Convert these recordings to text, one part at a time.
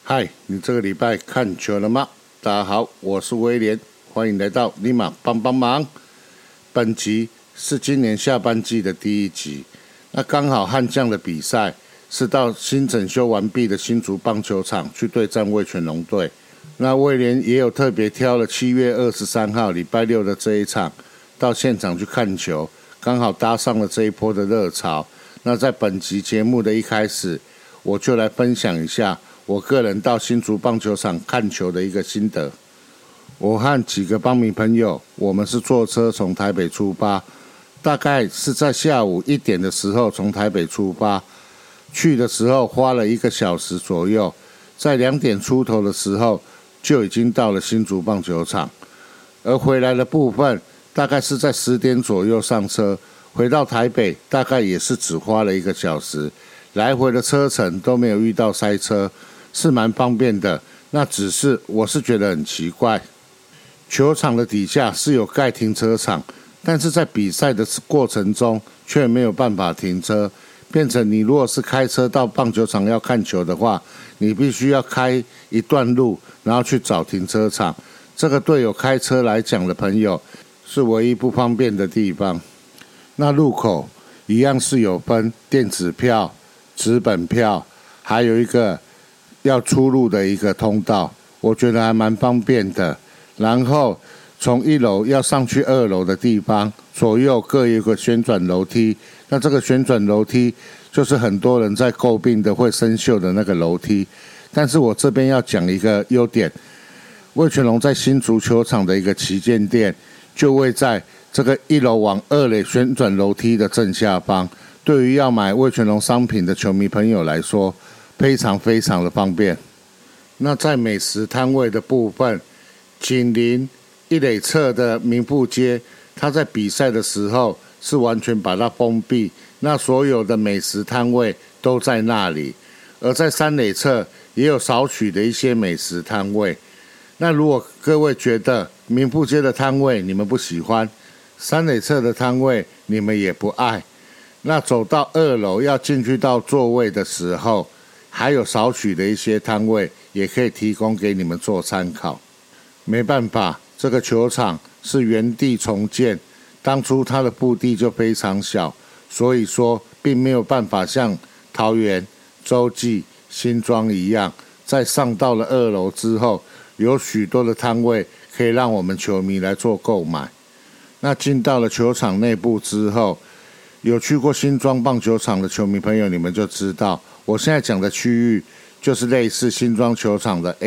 嗨，你这个礼拜看球了吗？大家好，我是威廉，欢迎来到尼玛帮帮忙。本集是今年下半季的第一集，那刚好悍将的比赛是到新整修完毕的新竹棒球场去对战味全龙队。那威廉也有特别挑了7月23号礼拜六的这一场到现场去看球，刚好搭上了这一波的热潮。那在本集节目的一开始，我就来分享一下我个人到新竹棒球场看球的一个心得。我和几个帮迷朋友，我们是坐车从台北出发，大概是在下午1点的时候从台北出发，去的时候花了1个小时左右，在2点出头的时候就已经到了新竹棒球场，而回来的部分大概是在10点左右上车，回到台北大概也是只花了1个小时，来回的车程都没有遇到塞车，是蛮方便的。那只是我是觉得很奇怪，球场的底下是有盖停车场，但是在比赛的过程中却没有办法停车，变成你如果是开车到棒球场要看球的话，你必须要开一段路，然后去找停车场。这个对有开车来讲的朋友是唯一不方便的地方。那入口一样是有分电子票、纸本票，还有一个要出入的一个通道，我觉得还蛮方便的。然后从1楼要上去2楼的地方，左右各有一个旋转楼梯，那这个旋转楼梯就是很多人在诟病的会生锈的那个楼梯。但是我这边要讲一个优点，味全龙在新竹球场的一个旗舰店就位在这个1楼往2垒旋转楼梯的正下方，对于要买味全龙商品的球迷朋友来说非常非常的方便。那在美食摊位的部分，紧邻1垒侧的民富街，它在比赛的时候是完全把它封闭，那所有的美食摊位都在那里。而在3垒侧也有少许的一些美食摊位。那如果各位觉得民富街的摊位你们不喜欢，3垒侧的摊位你们也不爱，那走到2楼要进去到座位的时候，还有少许的一些摊位也可以提供给你们做参考。没办法，这个球场是原地重建，当初它的布地就非常小，所以说并没有办法像桃园、洲际、新庄一样，在上到了2楼之后，有许多的摊位可以让我们球迷来做购买。那进到了球场内部之后，有去过新庄棒球场的球迷朋友，你们就知道，我现在讲的区域就是类似新庄球场的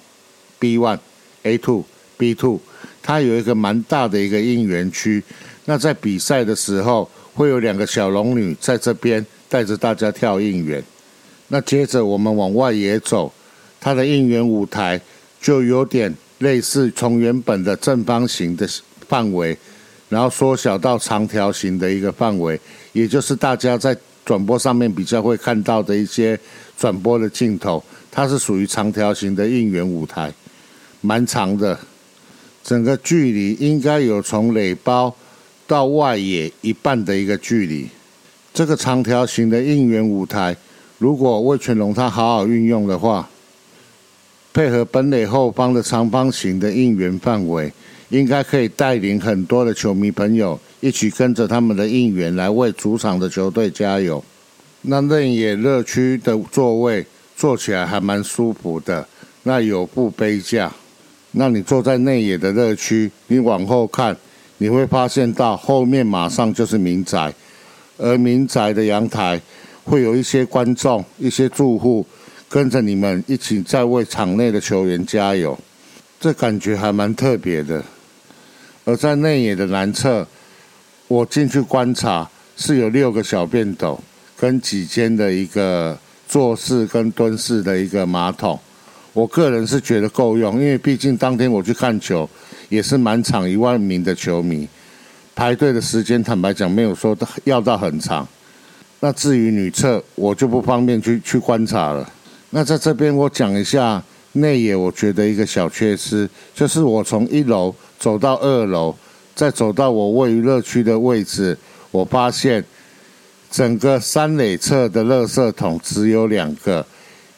A1、B1、A2、B2， 它有一个蛮大的一个应援区。那在比赛的时候，会有2个小龙女在这边带着大家跳应援。那接着我们往外野走，它的应援舞台就有点类似从原本的正方形的范围，然后缩小到长条形的一个范围，也就是大家在转播上面比较会看到的一些转播的镜头，它是属于长条形的应援舞台，蛮长的，整个距离应该有从垒包到外野一半的一个距离。这个长条形的应援舞台，如果味全龙它好好运用的话，配合本垒后方的长方形的应援范围，应该可以带领很多的球迷朋友一起跟着他们的应援来为主场的球队加油。那内野热区的座位坐起来还蛮舒服的，那有副杯架，那你坐在内野的热区，你往后看，你会发现到后面马上就是民宅，而民宅的阳台会有一些观众、一些住户跟着你们一起在为场内的球员加油，这感觉还蛮特别的。而在内野的南侧，我进去观察是有6个小便斗跟几间的一个坐式跟蹲式的一个马桶，我个人是觉得够用，因为毕竟当天我去看球也是满场1万名的球迷，排队的时间坦白讲没有说要到很长。那至于女厕我就不方便去观察了。那在这边我讲一下内野我觉得一个小缺失，就是我从1楼走到2楼，再走到我位于热区的位置，我发现整个3垒侧的垃圾桶只有2个，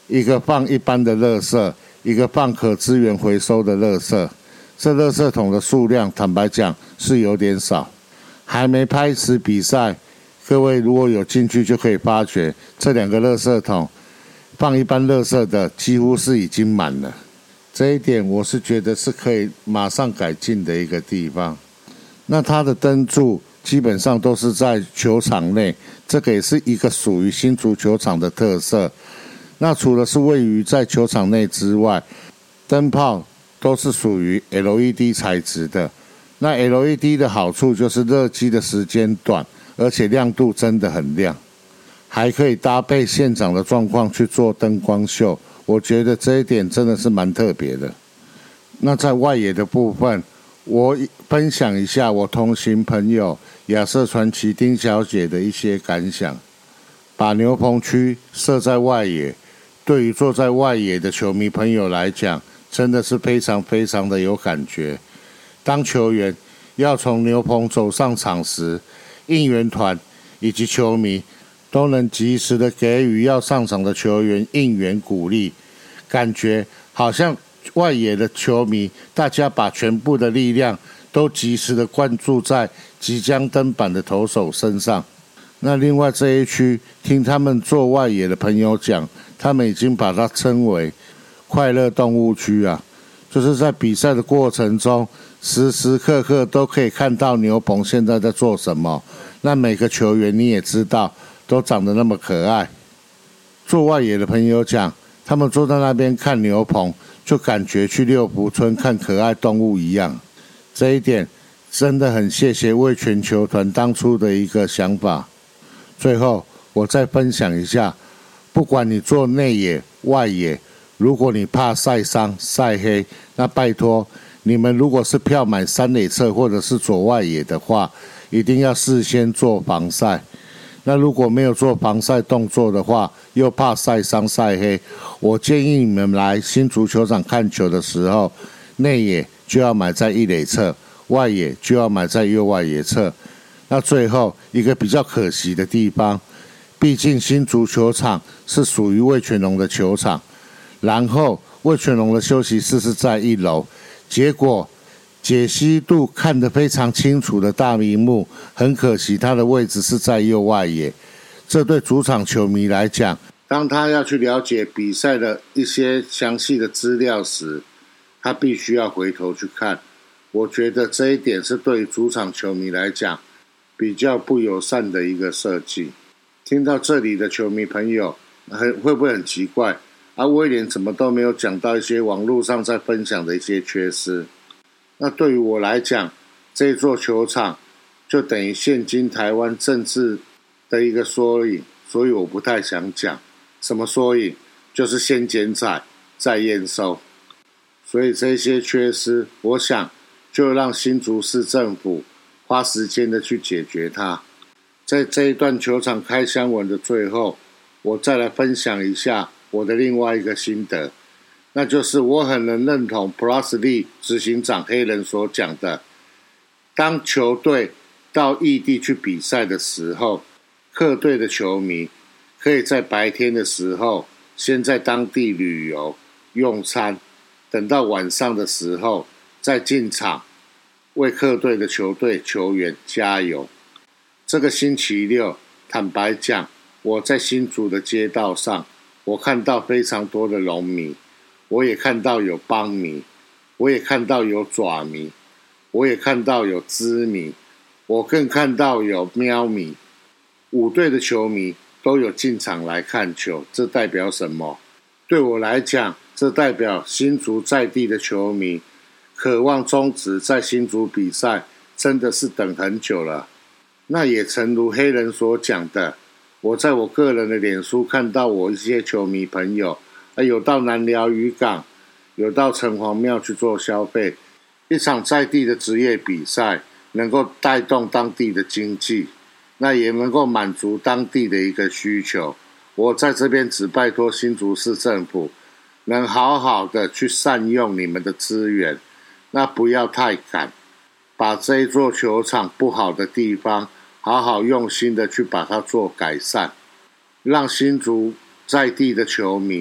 一个放一般的垃圾，一个放可资源回收的垃圾。这垃圾桶的数量坦白讲是有点少。还没开始比赛，各位如果有进去就可以发觉，这2个垃圾桶放一般垃圾的几乎是已经满了。这一点我是觉得是可以马上改进的一个地方。那它的灯柱基本上都是在球场内，这个也是一个属于新竹球场的特色。那除了是位于在球场内之外，灯泡都是属于 LED 材质的。那 LED 的好处就是热机的时间短，而且亮度真的很亮，还可以搭配现场的状况去做灯光秀。我觉得这一点真的是蛮特别的。那在外野的部分，我分享一下我同行朋友亚瑟传奇丁小姐的一些感想。把牛棚区设在外野，对于坐在外野的球迷朋友来讲，真的是非常非常的有感觉。当球员要从牛棚走上场时，应援团以及球迷都能及时的给予要上场的球员应援鼓励，感觉好像外野的球迷大家把全部的力量都及时的灌注在即将登板的投手身上。那另外这一区，听他们做外野的朋友讲，他们已经把它称为快乐动物区啊，就是在比赛的过程中，时时刻刻都可以看到牛棚现在在做什么。那每个球员你也知道，都长得那么可爱。做外野的朋友讲，他们坐在那边看牛棚，就感觉去六福村看可爱动物一样。这一点真的很谢谢味全球团当初的一个想法。最后我再分享一下，不管你做内野外野，如果你怕晒伤晒黑，那拜托你们如果是票买三垒侧或者是左外野的话，一定要事先做防晒。那如果没有做防晒动作的话，又怕晒伤晒黑，我建议你们来新竹球场看球的时候，内野就要买在一垒侧，外野就要买在右外野侧。那最后一个比较可惜的地方，毕竟新竹球场是属于味全龙的球场，然后味全龙的休息室是在1楼，结果解析度看得非常清楚的大萤幕，很可惜它的位置是在右外野。这对主场球迷来讲，当他要去了解比赛的一些详细的资料时，他必须要回头去看。我觉得这一点是对主场球迷来讲比较不友善的一个设计。听到这里的球迷朋友会不会很奇怪啊？威廉怎么都没有讲到一些网络上在分享的一些缺失？那对于我来讲，这座球场就等于现今台湾政治的一个缩影，所以我不太想讲。什么缩影？就是先剪彩再验收。所以这些缺失，我想就让新竹市政府花时间的去解决它。在这一段球场开箱文的最后，我再来分享一下我的另外一个心得，那就是我很能认同 Plus Lee 执行长黑人所讲的，当球队到异地去比赛的时候，客队的球迷可以在白天的时候先在当地旅游用餐，等到晚上的时候再进场为客队的球队球员加油。这个星期六，坦白讲，我在新竹的街道上，我看到非常多的龙迷，我也看到有邦迷，我也看到有爪迷，我也看到有知迷，我更看到有喵迷。5队的球迷都有进场来看球，这代表什么？对我来讲，这代表新竹在地的球迷渴望中职在新竹比赛，真的是等很久了。那也诚如黑人所讲的，我在我个人的脸书看到我一些球迷朋友，有到南寮渔港，有到城隍庙去做消费。一场在地的职业比赛，能够带动当地的经济，那也能够满足当地的一个需求。我在这边只拜托新竹市政府，能好好的去善用你们的资源，那不要太赶，把这一座球场不好的地方好好用心的去把它做改善，让新竹在地的球迷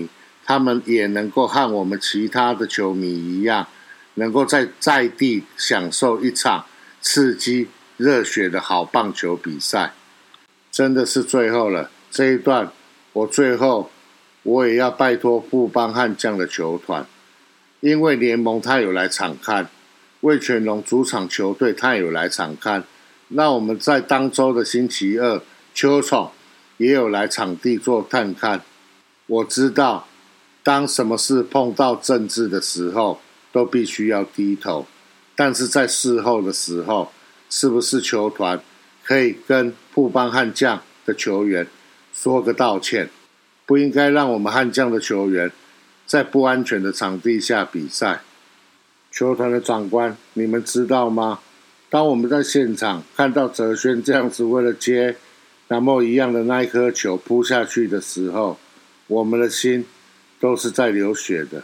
他们也能够和我们其他的球迷一样，能够在地享受一场刺激热血的好棒球比赛。真的是最后了，这一段我也要拜托富邦悍将的球团，因为联盟他有来场看，味全龙主场球队他有来场看，那我们在当周的星期二，邱总也有来场地做探看。我知道当什么事碰到政治的时候都必须要低头，但是在事后的时候，是不是球团可以跟富邦悍将的球员说个道歉？不应该让我们悍将的球员在不安全的场地下比赛。球团的长官，你们知道吗？当我们在现场看到哲轩这样子为了接南莫一样的那一颗球扑下去的时候，我们的心都是在流血的。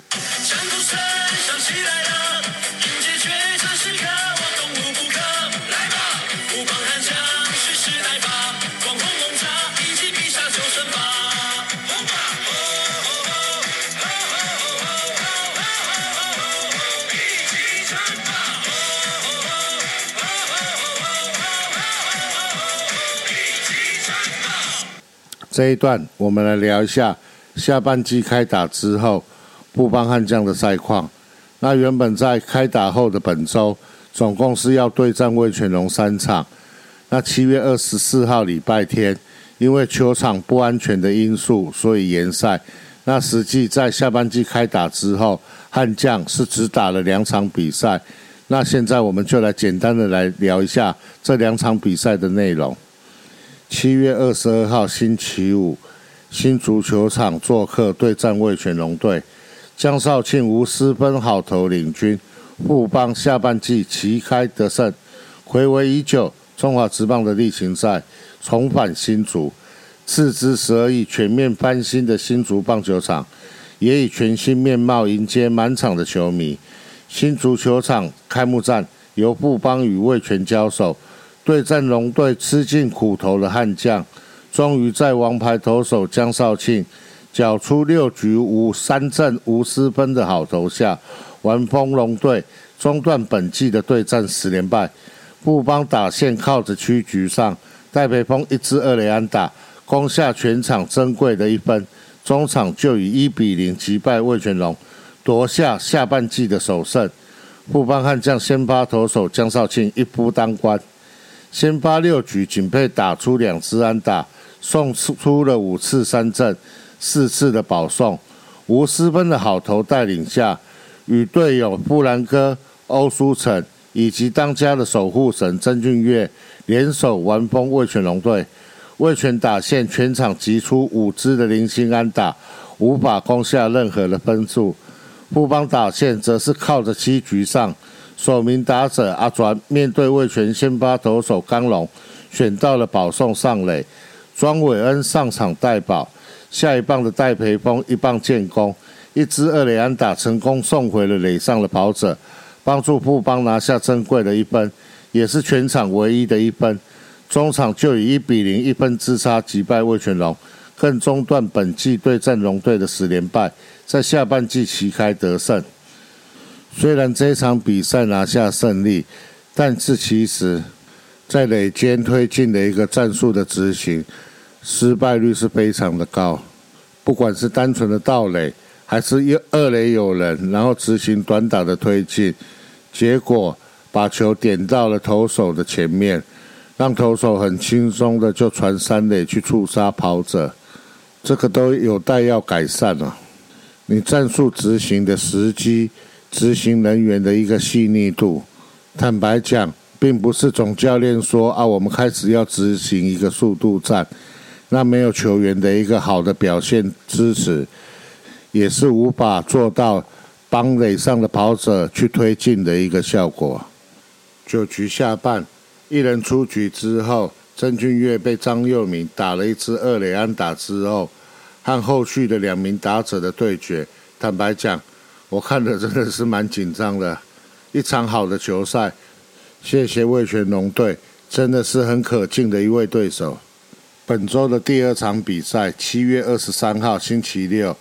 这一段我们来聊一下下半季开打之后富邦悍将的赛况。那原本在开打后的本周总共是要对战味全龙3场，那7月24号礼拜天因为球场不安全的因素所以延赛。那实际在下半季开打之后，悍将是只打了2场比赛。那现在我们就来简单的来聊一下这2场比赛的内容。7月22号星期五，新竹球场做客对战味全龙队，江少庆无失分好投领军，富邦下半季旗开得胜，睽违已久，中华职棒的例行赛重返新竹，斥资12亿全面翻新的新竹棒球场，也以全新面貌迎接满场的球迷。新竹球场开幕战由富邦与味全交手，对战龙队吃尽苦头的悍将，终于在王牌投手江少庆缴出6局无3振无失分的好投下，完封龙队，中断本季的对战10连败。富邦打线靠着区局上，戴培峰1支2垒安打，攻下全场珍贵的1分，中场就以1-0击败味全龙，夺下下半季的首胜。富邦悍将先发投手江少庆一夫当关，先发6局仅被打出2支安打，送出了5次3振4次的保送，无失分的好投带领下，与队友布兰哥、欧书成以及当家的守护神曾峻岳联手完封味全龙队。味全打线全场击出5支的零星安打，无法攻下任何的分数。富邦打线则是靠着7局上首名打者阿转面对味全先发投手刚龙，选到了保送上垒，庄伟恩上场代保，下一棒的戴培峰一棒建功，1支2垒安打成功送回了垒上的跑者，帮助富邦拿下珍贵的1分，也是全场唯一的1分。中场就以1-0 1分之差击败味全龙，更中断本季对战龙队的10连败，在下半季旗开得胜。虽然这一场比赛拿下胜利，但是其实在垒间推进的一个战术的执行，失败率是非常的高。不管是单纯的盗垒，还是二垒有人，然后执行短打的推进，结果把球点到了投手的前面，让投手很轻松的就传3垒去触杀跑者，这个都有待要改善了。你战术执行的时机，执行人员的一个细腻度，坦白讲，并不是总教练说我们开始要执行一个速度战，那没有球员的一个好的表现支持，也是无法做到帮垒上的跑者去推进的一个效果。9局下半，一人出局之后，曾峻岳被张佑铭打了1支2垒安打之后，和后续的2名打者的对决，坦白讲，我看的真的是蛮紧张的。一场好的球赛，谢谢味全龙队，真的是很可敬的一位对手。本周的第2场比赛，7月23号星期六，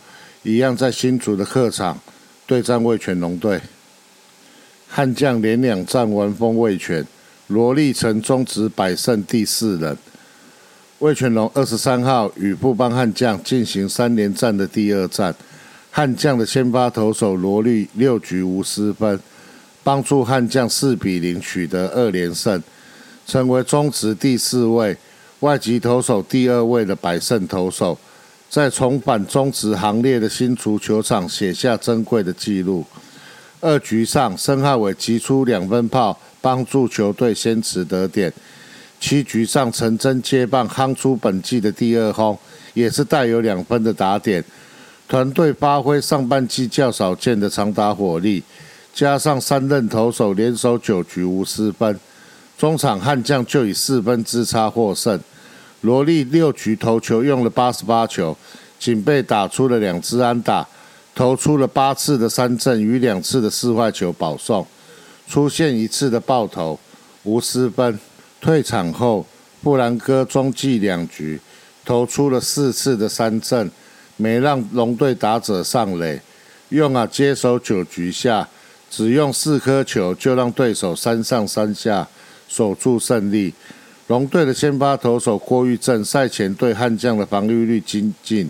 一样在新竹的客场对战味全龙队。悍将连2战完封味全，罗立成中职百胜第4人。味全龙23号与富邦悍将进行3连战的第2战，悍将的先发投手罗立6局无失分，帮助悍将4-0取得2连胜，成为中职第4位、外籍投手第2位的百胜投手，在重返中职行列的新竹球场写下珍贵的纪录。2局上，申浩伟击出2分炮，帮助球队先取得点。7局上，陈真接棒夯出本季的第2轰，也是带有2分的打点。团队发挥上半季较少见的长打火力，加上3任投手联手9局无失分，中场悍将就以4分之差获胜。罗立6局投球用了88球，仅被打出了2支安打，投出了8次的三振与2次的4坏球保送，出现1次的爆头，无失分。退场后，布兰哥中继2局，投出了4次的三振，没让龙队打者上垒。接手9局下，只用4颗球就让对手3上3下，守住胜利。龙队的先发投手郭玉正赛前对悍将的防御率精进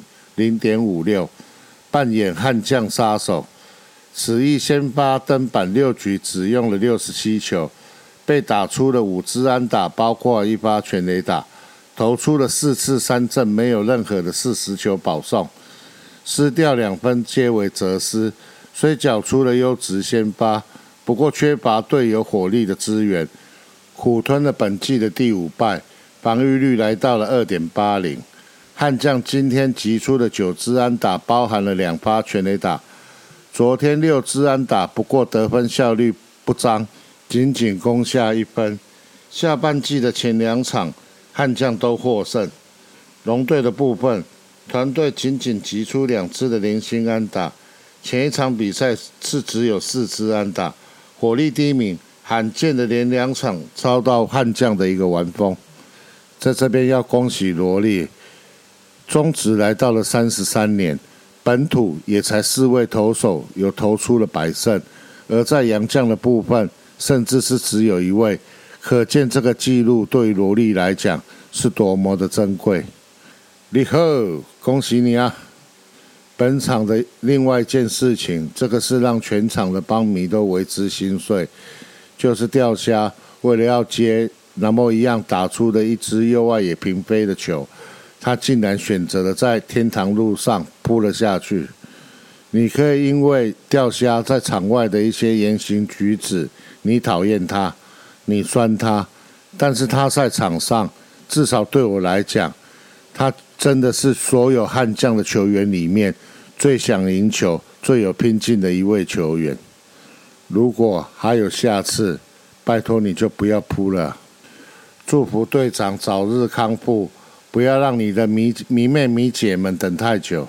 0.56， 扮演悍将杀手。此役先发登板6局，只用了67球。被打出了5支安打，包括1发全垒打，投出了4次三振，没有任何的40球保送，失掉2分皆为责失，虽缴出了优质先发，不过缺乏队友火力的支援，苦吞了本季的第5败，防御率来到了 2.80。 悍将今天击出的9支安打包含了2发全垒打，昨天6支安打，不过得分效率不彰，仅仅攻下1分。下半季的前2场，悍将都获胜。龙队的部分，团队仅仅击出2支的零星安打，前一场比赛是只有4支安打，火力低迷，罕见的连2场遭到悍将的一个完封。在这边要恭喜罗立，中职来到了33年，本土也才4位投手有投出了百胜，而在洋将的部分，甚至是只有1位，可见这个纪录对罗立来讲是多么的珍贵。你好，恭喜你啊！本场的另外一件事情，这个是让全场的邦迷都为之心碎，就是钓虾为了要接那么一样打出的一支右外野平飞的球，他竟然选择了在天堂路上扑了下去。你可以因为钓虾在场外的一些言行举止，你讨厌他，你酸他，但是他在场上，至少对我来讲，他真的是所有悍将的球员里面最想赢球、最有拼劲的一位球员。如果还有下次，拜托你就不要扑了。祝福队长早日康复，不要让你的迷妹迷姐们等太久。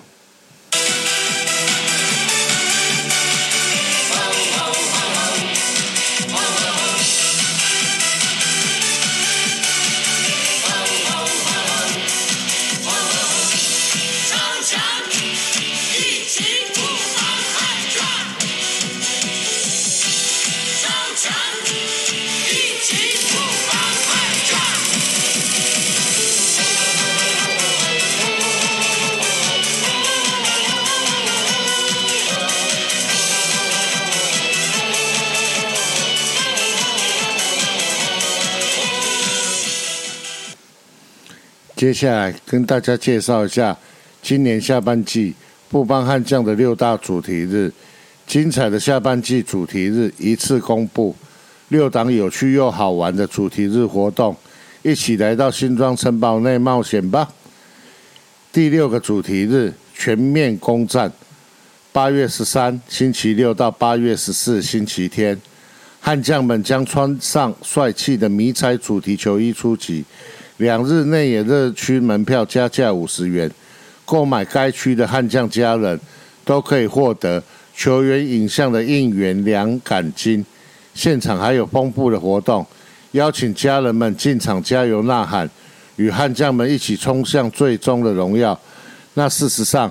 接下来跟大家介绍一下今年下半季富邦悍将的6大主题日，精彩的下半季主题日一次公布，6档有趣又好玩的主题日活动，一起来到新庄城堡内冒险吧。第6个主题日全面攻占，8月13星期六到8月14星期天，悍将们将穿上帅气的迷彩主题球衣出击，2日内野热区门票加价50元，购买该区的悍将家人都可以获得球员影像的应援2杆金。现场还有丰富的活动，邀请家人们进场加油呐喊，与悍将们一起冲向最终的荣耀。那事实上，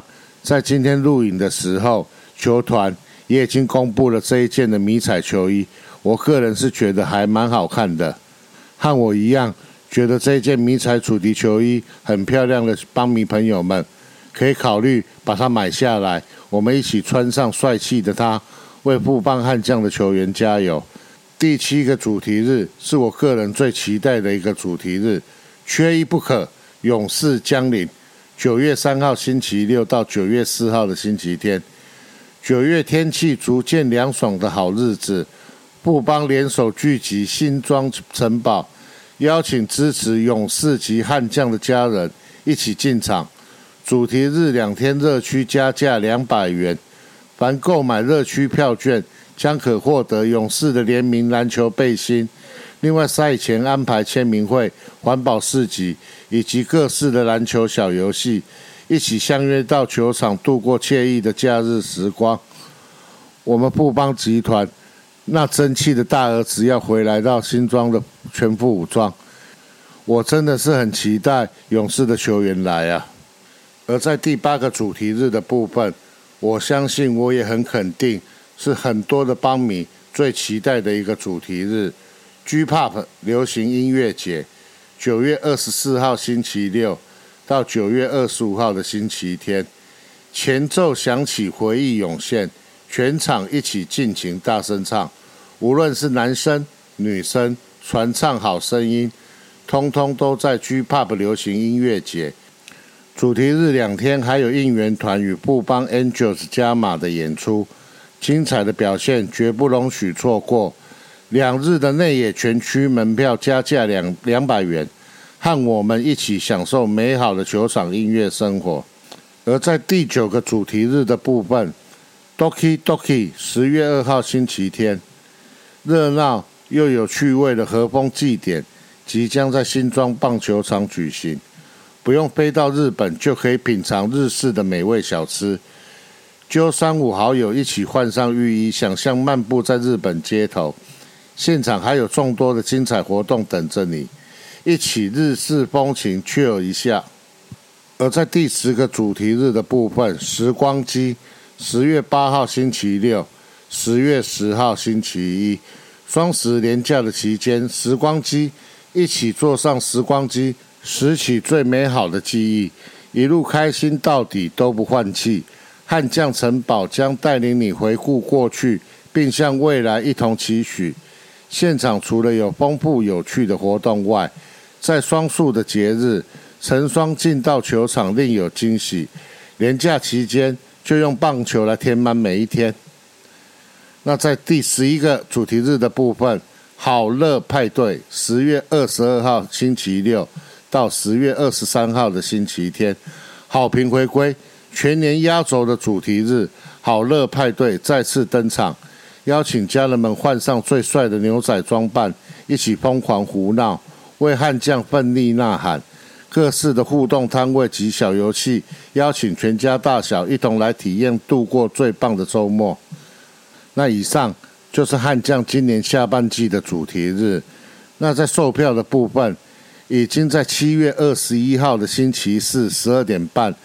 在今天录影的时候，球团也已经公布了这一件的迷彩球衣，我个人是觉得还蛮好看的。和我一样觉得这一件迷彩主题球衣很漂亮的邦迷朋友们，可以考虑把它买下来，我们一起穿上帅气的它，为富邦悍将的球员加油。第7个主题日是我个人最期待的一个主题日，缺一不可，勇士将领9月3号星期六到9月4号的星期天。9月天气逐渐凉爽的好日子，富邦联手聚集新庄城堡，邀请支持勇士及悍将的家人一起进场。主题日2天热区加价200元，凡购买热区票券将可获得勇士的联名篮球背心。另外赛前安排签名会、环保市集以及各式的篮球小游戏，一起相约到球场度过惬意的假日时光。我们富邦集团那争气的大儿子要回来到新庄的全副武装，我真的是很期待勇士的球员来啊。而在第8个主题日的部分，我相信我也很肯定是很多的邦迷最期待的一个主题日 J-Pop 流行音乐节，9月24号星期六到9月25号的星期天，前奏响起，回忆涌现，全场一起尽情大声唱，无论是男生女生，传唱好声音，通通都在 J-Pop 流行音乐节。主题日2天还有应援团与富邦 Angels 加码的演出，精彩的表现绝不容许错过。2日的内野全区门票加价200元，和我们一起享受美好的球场音乐生活。而在第9个主题日的部分 Doki Doki 10月2号星期天，热闹又有趣味的和风祭典即将在新庄棒球场举行，不用飞到日本就可以品尝日式的美味小吃，揪3-5好友一起换上浴衣，想象漫步在日本街头。现场还有众多的精彩活动等着你，一起日式风情 chill 一下。而在第10个主题日的部分，时光机10月8号星期六10月10号星期一，双十连假的期间，时光机一起坐上时光机，拾起最美好的记忆，一路开心到底都不换气。悍将城堡将带领你回顾过去，并向未来一同期许。现场除了有丰富有趣的活动外，在双数的节日，成双进到球场另有惊喜。连假期间就用棒球来填满每一天。那在第11个主题日的部分，好乐派对10月22号星期六到10月23号的星期天，好评回归，全年压轴的主题日好乐派对再次登场，邀请家人们换上最帅的牛仔装扮，一起疯狂胡闹，为悍将奋力呐喊。各式的互动摊位及小游戏，邀请全家大小一同来体验度过最棒的周末。那以上就是悍将今年下半季的主题日。那在售票的部分，已经在7月21号的星期四12点半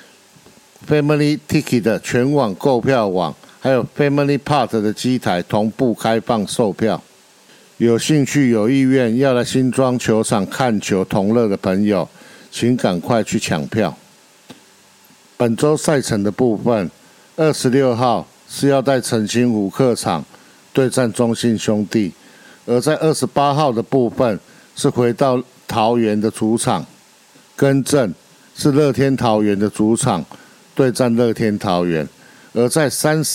Family Ticket 的全网购票网还有 Family Part 的机台同步开放售票。有兴趣有意愿要来新庄球场看球同乐的朋友，请赶快去抢票。本周赛程的部分，26号是要在澄清湖客场对战中信兄弟，而在28号的部分是回到桃园的主场，更正是乐天桃园的主场对战乐天桃园，而在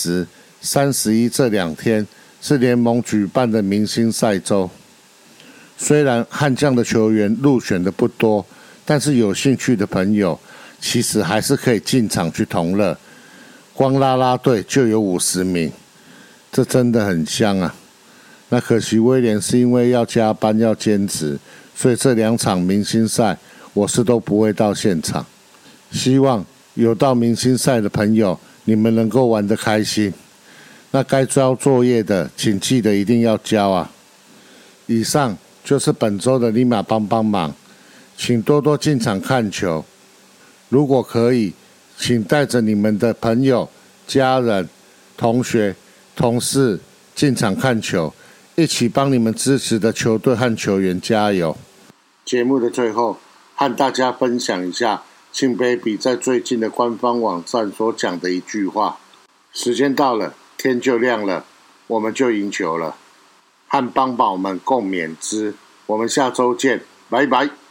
30、31这2天是联盟举办的明星赛周。虽然悍将的球员入选的不多，但是有兴趣的朋友其实还是可以进场去同乐，光啦啦队就有50名，这真的很香啊。那可惜威廉是因为要加班要兼职，所以这2场明星赛我是都不会到现场。希望有到明星赛的朋友，你们能够玩得开心。那该交作业的请记得一定要交啊。以上就是本周的立马帮忙，请多多进场看球，如果可以请带着你们的朋友、家人、同学、同事进场看球，一起帮你们支持的球队和球员加油。节目的最后，和大家分享一下庆 baby 在最近的官方网站所讲的一句话：时间到了，天就亮了，我们就赢球了。和帮宝们共勉之，我们下周见，拜拜。